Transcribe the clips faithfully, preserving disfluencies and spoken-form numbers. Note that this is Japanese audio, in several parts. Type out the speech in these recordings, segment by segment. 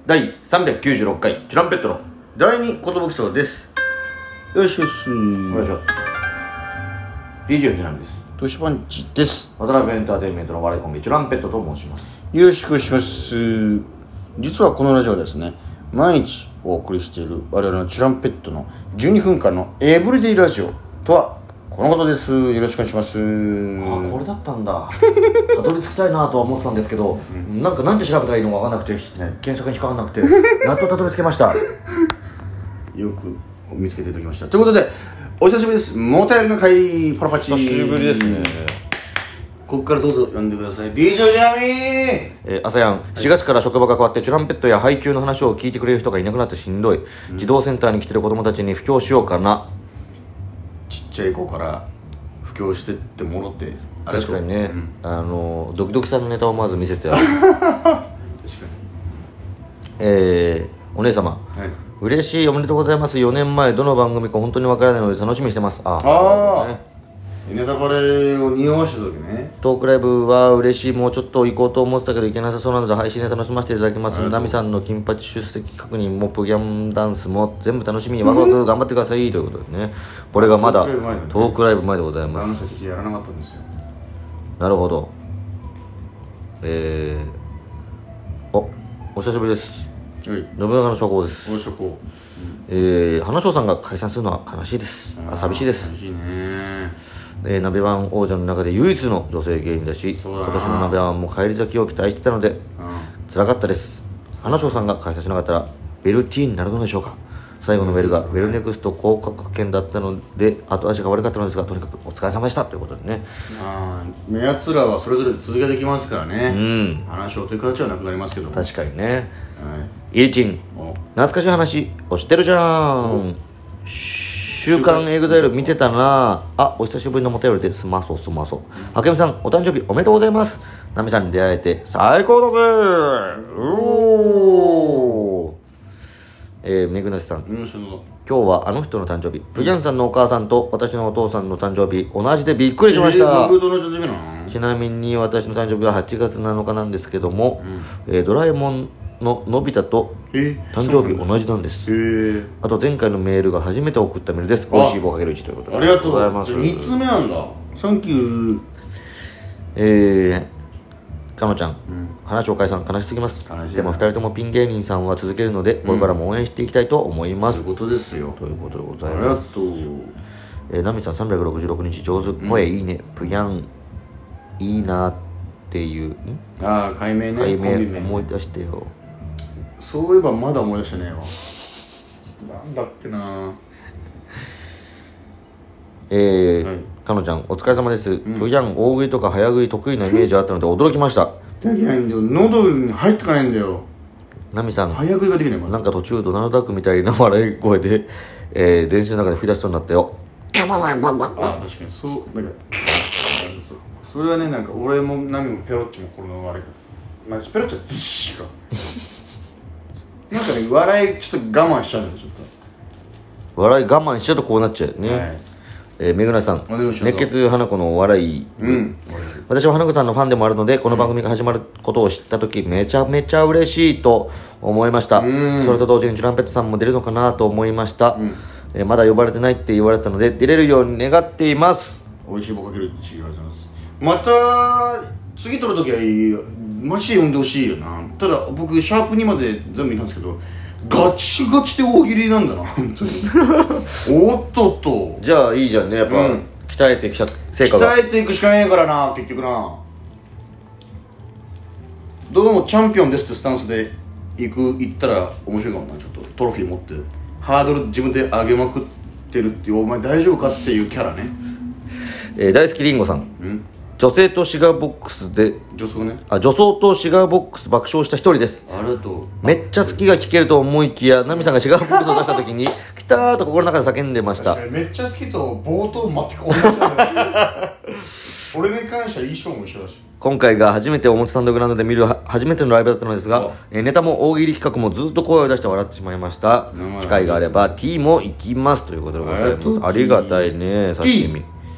だいさんびゃくきゅうじゅうろっかいチュランペットの第二寿荘です。よろしくっす。 お願いします。 ディージェー 藤波です。 トシパンチです。 渡辺エンターテインメントのお笑いコンビチュランペットと申します。 よろしくお願いします。実はこのラジオはですね、毎日お送りしている我々のチュランペットのじゅうにふんかんのエブリデイラジオとはこのことです。よろしくお願いします。 ああ、これだったんだ。たどり着きたいなとは思ってたんですけど、うん、なんかなんて調べたらいいのか分からなくて、ね、検索に引っかかんなくてやっとたどり着けました。 よく見つけていただきました。ということでお久しぶりです。もたよりの会パラパチ。 久しぶりですね。 ここからどうぞ読んでください。 ディージェー ジャミー、 えー、朝やん、しがつから職場が変わってチュランペットや配給の話を聞いてくれる人がいなくなってしんどい、うん、児童センターに来てる子供たちに布教しようかな。 ちっちゃい子から布教してってものって確かにね、うん、あのドキドキさんのネタをまず見せてある確かに。えー、お姉様、はい、嬉しい、おめでとうございます。よねんまえどの番組か本当にわからないので楽しみにしてます。ああ、ね、 ネタバレを匂わした時ね。 トークライブは嬉しい、もうちょっと行こうと思ってたけど行けなさそうなので配信で楽しませていただきます。ナミさんの金八出席確認もプギャンダンスも全部楽しみにワクワク頑張ってくださいということでね、これがまだトークライブ前でございます。 あの席やらなかったんですよ。 なるほど。えー、おお久しぶりです。 はい、 信長の諸行です。 お諸行、うん、 えー、花椒さんが解散するのは悲しいです。あ、寂しいです。 寂しいね。 えー、鍋ワン王者の中で唯一の女性芸人だし、今年の鍋ワンも帰り咲きを期待してたので、うん、辛かったです。花椒さんが解散しなかったらベルティーになるのでしょうか。最後のベルがウェルネクスト降格圏だったので後味が悪かったのですが、とにかくお疲れ様でしたということでね。 ああ、やつらはそれぞれ続けてきますからね。うん、花椒という形はなくなりますけども、 確かにね。はい、イリチン、懐かしい話を知ってるじゃん。週刊エグザイル見てたなあ。お久しぶりのもたよりで、すまそうすまそう。はけみさんお誕生日おめでとうございます。ナミさんに出会えて最高だぜ。おー、えー、めぐなしさん、今日はあの人の誕生日、プギャンさんのお母さんと私のお父さんの誕生日同じでびっくりしました。えー、僕と同じ誕生日なの？ちなみに私の誕生日ははちがつなのかなんですけども、うん、えー、ドラえもんののび太と誕生日同じなんです。えー、あと前回のメールが初めて送ったメールです。おいしい棒かけるいちということでありがとうございます。みっつめなんだ。サンキュー。 えー、かのちゃん、うん、話を解散悲しすぎます。でもふたりともピン芸人さんは続けるので、これからも応援していきたいと思います。 ということですよ。 ということでございます。 ありがとう。 えー、ナミさんさんびゃくろくじゅうろくにち上手、声いいね、プヤンいいなっていう、んああ、解明ね。 解明思い出してよ。 そういえばまだ思い出してねえわ。なんだっけな。えー、はい、かのちゃんお疲れ様です。うん、プヤン大食いとか早食い得意なイメージあったので驚きました。 できないんだよ、喉に入ってかないんだよ。 ナミさん早食いができない。 なんか途中ドナルドダックみたいな笑い声で、えー、電車の中で吹き出しそうになったよ。 ああ、確かにそうなんかそれはね、なんか俺もナミもペロッチもこのあれまあペロッチはずっしかなんかね、笑いちょっと我慢しちゃうんだよ。ちょっと笑い我慢しちゃうとこうなっちゃうよね。はい、えー、めぐなさん熱血花子のお笑い、うん、私は花子さんのファンでもあるので、この番組が始まることを知った時めちゃめちゃ嬉しいと思いました。うん、それと同時にチュランペットさんも出るのかなと思いました。うん、えー、まだ呼ばれてないって言われてたので出れるように願っています。 おいしい棒かけるって言われてます。また次撮るときはいいマジで呼んでほしいよな。ただ僕シャープにまで全部いたんですけど、ガチガチで大喜利なんだな本当におっとっと。 じゃあいいじゃんね、やっぱ、うん、鍛えてきた成果が鍛えていくしかねえからな結局な。どうもチャンピオンですってスタンスで行く行ったら面白いかもな。ちょっとトロフィー持ってハードル自分で上げまくってるっていう、お前大丈夫かっていうキャラね。 えー、大好きりんごさん、ん女性とシガーボックスで女装ねあ女装とシガーボックス爆笑した一人です。 ありがとう。 めっちゃ好きが聞けると思いきや、ナミさんがシガーボックスを出した時に来たーと心の中で叫んでました。 めっちゃ好きと冒頭全く同じだ俺に関しては衣装も一緒だし。 今回が初めて表参道グラウンドで見る初めてのライブだったのですが、えネタも大喜利企画もずっと声を出して笑ってしまいました。機会があれば T も行きますということでございます。ありがたいね。刺身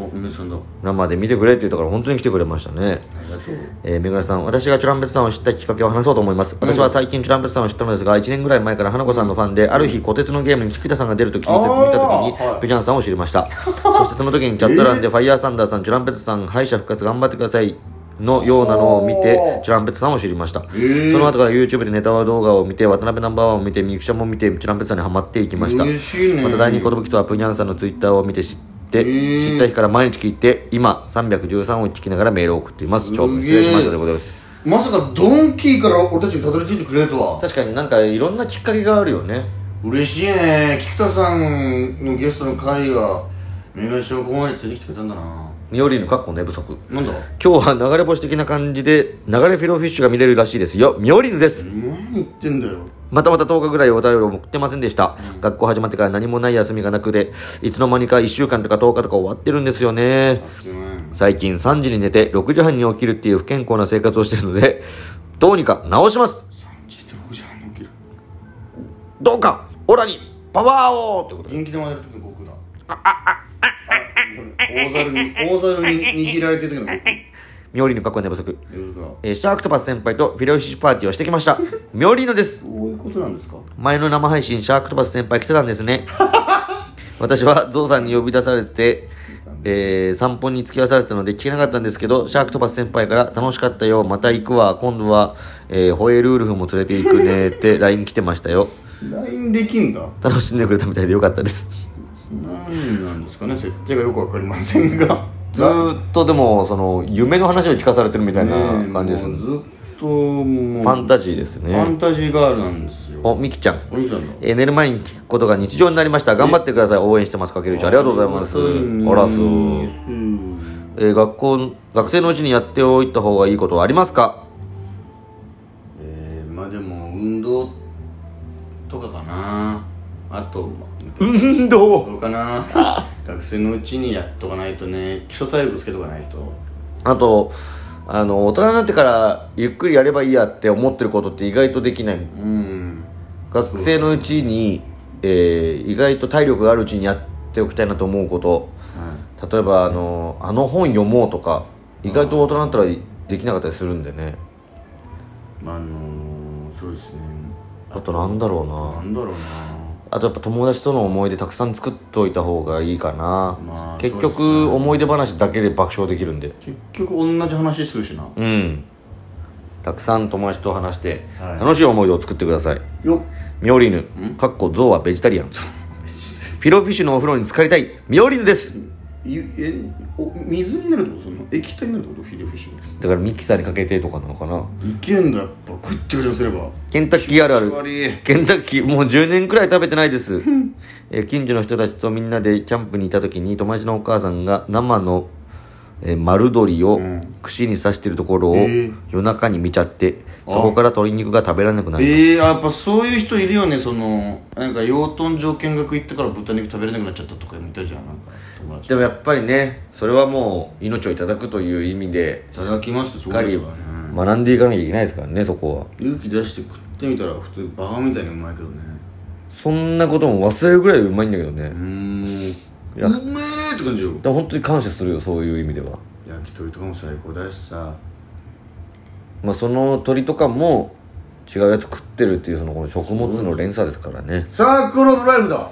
おめぐらさんだ。 生で見てくれって言ったから本当に来てくれましたね。 ありがとう。 えー、めぐらさん、私がチュランペットさんを知ったきっかけを話そうと思います。私は最近チュランペットさんを知ったのですが、いちねんぐらい前から花子さんのファンで、ある日虎鉄のゲームに菊田さんが出ると聞いて見た時にプジャンさんを知りました。そしてその時にチャット欄でファイヤーサンダーさん、チュランペットさん敗者復活頑張ってくださいのようなのを見てチュランペットさんを知りました。その後から YouTube でネタ動画を見て、渡辺ナンバーワンを見て、ミクシャも見て、チュランペットさんにハマっていきました。また第二寿とはプニャンさんのツイッターを見て知って知った日から毎日聞いて、今さんびゃくじゅうさんを聞きながらメールを送っています。長文失礼しましたということです。 まさかドンキーから俺たちにたどり着いてくれるとは。 確かになんかいろんなきっかけがあるよね。 嬉しいね。菊田さんのゲストの会がメガシをここまで連れてきてくれたんだな。 ミオリーヌかっこ寝不足。 なんだ今日は流れ星的な感じで流れフィローフィッシュが見れるらしいですよ。ミオリーヌです。 何言ってんだよ。 またまたとおかぐらいお便りを送ってませんでした、うん、学校始まってから何もない休みがなくで、いつの間にかいっしゅうかんとかとおかとか終わってるんですよね。最近さんじに寝てろくじはんに起きるっていう不健康な生活をしているので、どうにか直します。 さんじでろくじはんに起きる。 どうかオラにパワーをってことで、 元気で回る時の悟空だ。ああああ大猿に大猿に握られてる時の悟空。 ミオリーヌかっこ寝不足、えー、シャークトパス先輩とフィレオフィッシュパーティーをしてきました。ミオリーヌです。 どういうことなんですか。 前の生配信シャークトパス先輩来てたんですね。私はゾウさんに呼び出されて、えー、散歩に付き合わされてたので聞けなかったんですけど、シャークトパス先輩から楽しかったよ、また行くわ、今度は、えー、ホエールウルフも連れて行くねって ライン 来てましたよ。 ライン できんだ。 楽しんでくれたみたいでよかったです。 何なんですかね、設定がよくわかりませんが、 ずーっとでもその夢の話を聞かされてるみたいな感じですね。 ずっともうファンタジーですね。 ファンタジーガールなんですよ。 お、みきちゃん、 お兄ちゃんだ。 えー、寝る前に聞くことが日常になりました。頑張ってください。応援してます。かけるちゃんありがとうございます。あらす、えー、学校学生のうちにやっておいた方がいいことはありますか。 えー、まあでも運動とかかな。あと運動どうかな。学生のうちにやっとかないとね、基礎体力つけとかないと。 あとあの大人になってからゆっくりやればいいやって思ってることって意外とできない。うん、学生のうちに、えー、意外と体力があるうちにやっておきたいなと思うこと、うん、例えばあのあの本読もうとか、意外と大人になったらできなかったりするんでね。 あのー、そうですね。 あとなんだろうななんだろうなあとやっぱ友達との思い出たくさん作っといた方がいいかな、まあ、結局、ね、思い出話だけで爆笑できるんで、 結局同じ話するしな。 うん、たくさん友達と話して楽しい思い出を作ってください。 よミオリーヌかっこゾウはベジタリアン。フィロフィッシュのお風呂に浸かりたいミオリーヌです。 えお水になるってこと？その液体になるってこと？フィレオフィッシュだからミキサーにかけてとかなのかな。 いけんだ、やっぱぐっちゃぐちゃすれば。 ケンタッキーあるある。ケンタッキーもうじゅうねんくらい食べてないです。え近所の人たちとみんなでキャンプにいた時に、友達のお母さんが生のえ丸鶏を串に刺してるところを夜中に見ちゃって、そこから鶏肉が食べられなくなりました。 えー、やっぱそういう人いるよね。そのなんか養豚場見学行ったから豚肉食べれなくなっちゃったとか見たじゃん。なんか友達でもやっぱりね、それはもう命をいただくという意味でいただきます。 しっかり学んでいかなきゃいけないですからね。そこは勇気出して食ってみたら普通バカみたいにうまいけどね。 そんなことも忘れるぐらいうまいんだけどね。うーん、うめえって感じよ。 でも本当に感謝するよ、そういう意味では。 焼き鳥とかも最高だしさ、 まあその鳥とかも違うやつ食ってるっていう、そのこの食物の連鎖ですからね。 サークルオブライフだ。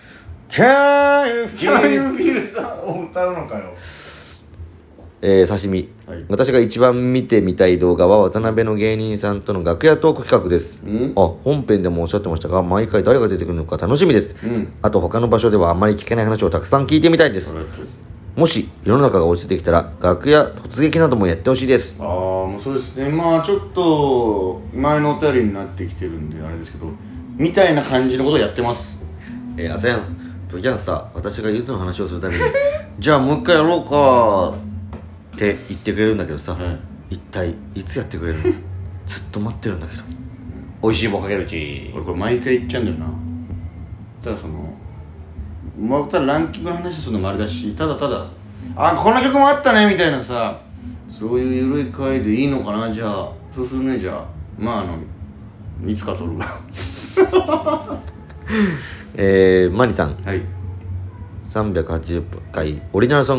Can you feel さ歌うのかよ。 えー、刺身、はい、私が一番見てみたい動画は渡辺の芸人さんとの楽屋トーク企画です。あ、本編でもおっしゃってましたが、毎回誰が出てくるのか楽しみです。うん、あと他の場所ではあんまり聞けない話をたくさん聞いてみたいです。もし世の中が落ちてきたら楽屋突撃などもやってほしいです。 ああ、もうそうですね。まあちょっと前のお便りになってきてるんであれですけど、みたいな感じのことをやってます。 えー、アセヤンブギャンさ、私がゆずの話をするためにじゃあもう一回やろうかって言ってくれるんだけどさ、はい、一体いつやってくれるの？ずっと待ってるんだけど。おいしい棒かけるち。 俺これ毎回言っちゃうんだよな。ただそのまたランキングの話するのもあれだし、ただただあこの曲もあったねみたいなさ、そういう緩い回でいいのかな。じゃあそうするね。じゃあまああのいつか撮るわ。えー、マリさん、 はい、 さんびゃくはちじゅっかいオリジナルソング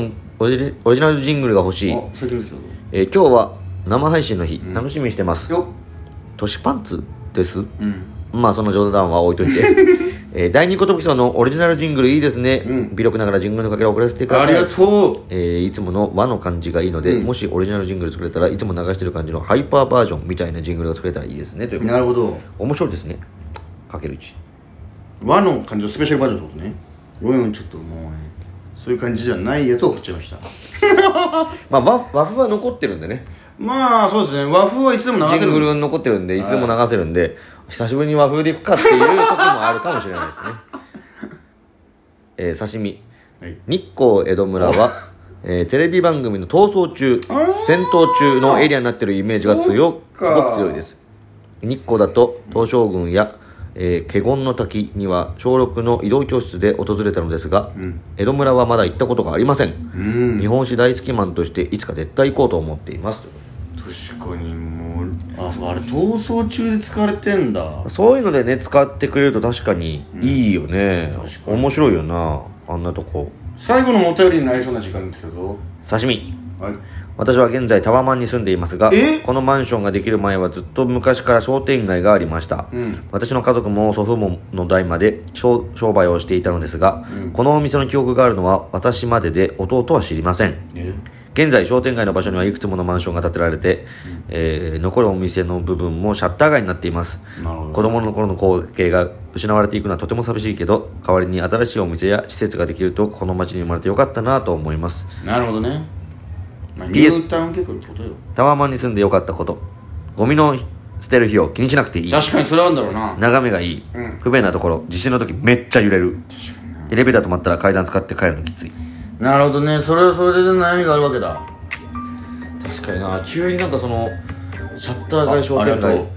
オリジ、オリジナルジングルが欲しい。 あ、最近できたぞ。 えー今日は生配信の日、 うん楽しみにしてます。 よトシパンツです。 っ。うん。 まあその冗談は置いといて、えー、第二寿荘のオリジナルジングルいいですね、 うん微力ながらジングルのかけらを送らせてください。 ありがとえーいつもの和の感じがいいので、 うんもしオリジナルジングル作れたらいつも流してる感じのハイパーバージョンみたいなジングルが作れたらいいですねというう。なるほど。 面白いですね。かけるいち。 和の感じのスペシャルバージョンってことね。ごめん、ちょっともうね、そういう感じじゃないやつを送っちゃいました。 まあ和和風は残ってるんでね、 まあそうですね、和風はいつでも流せる。 ジングル残ってるんでいつでも流せるんで、久しぶりに和風でいくかっていう時もあるかもしれないですね。えー、刺身、 はい、 日光江戸村は、えーテレビ番組の逃走中戦闘中のエリアになっているイメージが強すごく強いです。日光だと東照宮や、えー、華厳の滝には小ろくの移動教室で訪れたのですが、うん、江戸村はまだ行ったことがありません、うん、日本史大好きマンとしていつか絶対行こうと思っています。 確かにもうあそうあれ逃走中で使われてんだ。 そういうのでね使ってくれると確かにいいよね、うん、面白いよなあんなとこ。 最後のお便りになりそうな時間が来たぞ。 刺身、 はい、 私は現在タワマンに住んでいますが、このマンションができる前はずっと昔から商店街がありました、うん、私の家族も祖父母の代まで 商, 商売をしていたのですが、うん、このお店の記憶があるのは私までで弟は知りません。現在商店街の場所にはいくつものマンションが建てられて、うんえー、残るお店の部分もシャッター街になっています。子供の頃の光景が失われていくのはとても寂しいけど、代わりに新しいお店や施設ができるとこの町に生まれてよかったなと思います。 なるほどね、まあ、 ピーエスタウン計画ってことよ。 タワーマンに住んでよかったこと、ゴミの捨てる日を気にしなくていい。 確かにそれはあるんだろうな。 眺めがいい、うん、不便なところ、地震の時めっちゃ揺れる。エレベーター止まったら階段使って帰るのきつい。 なるほどね、それはそれで悩みがあるわけだ。 確かにな、急になんかそのシャッター街商店街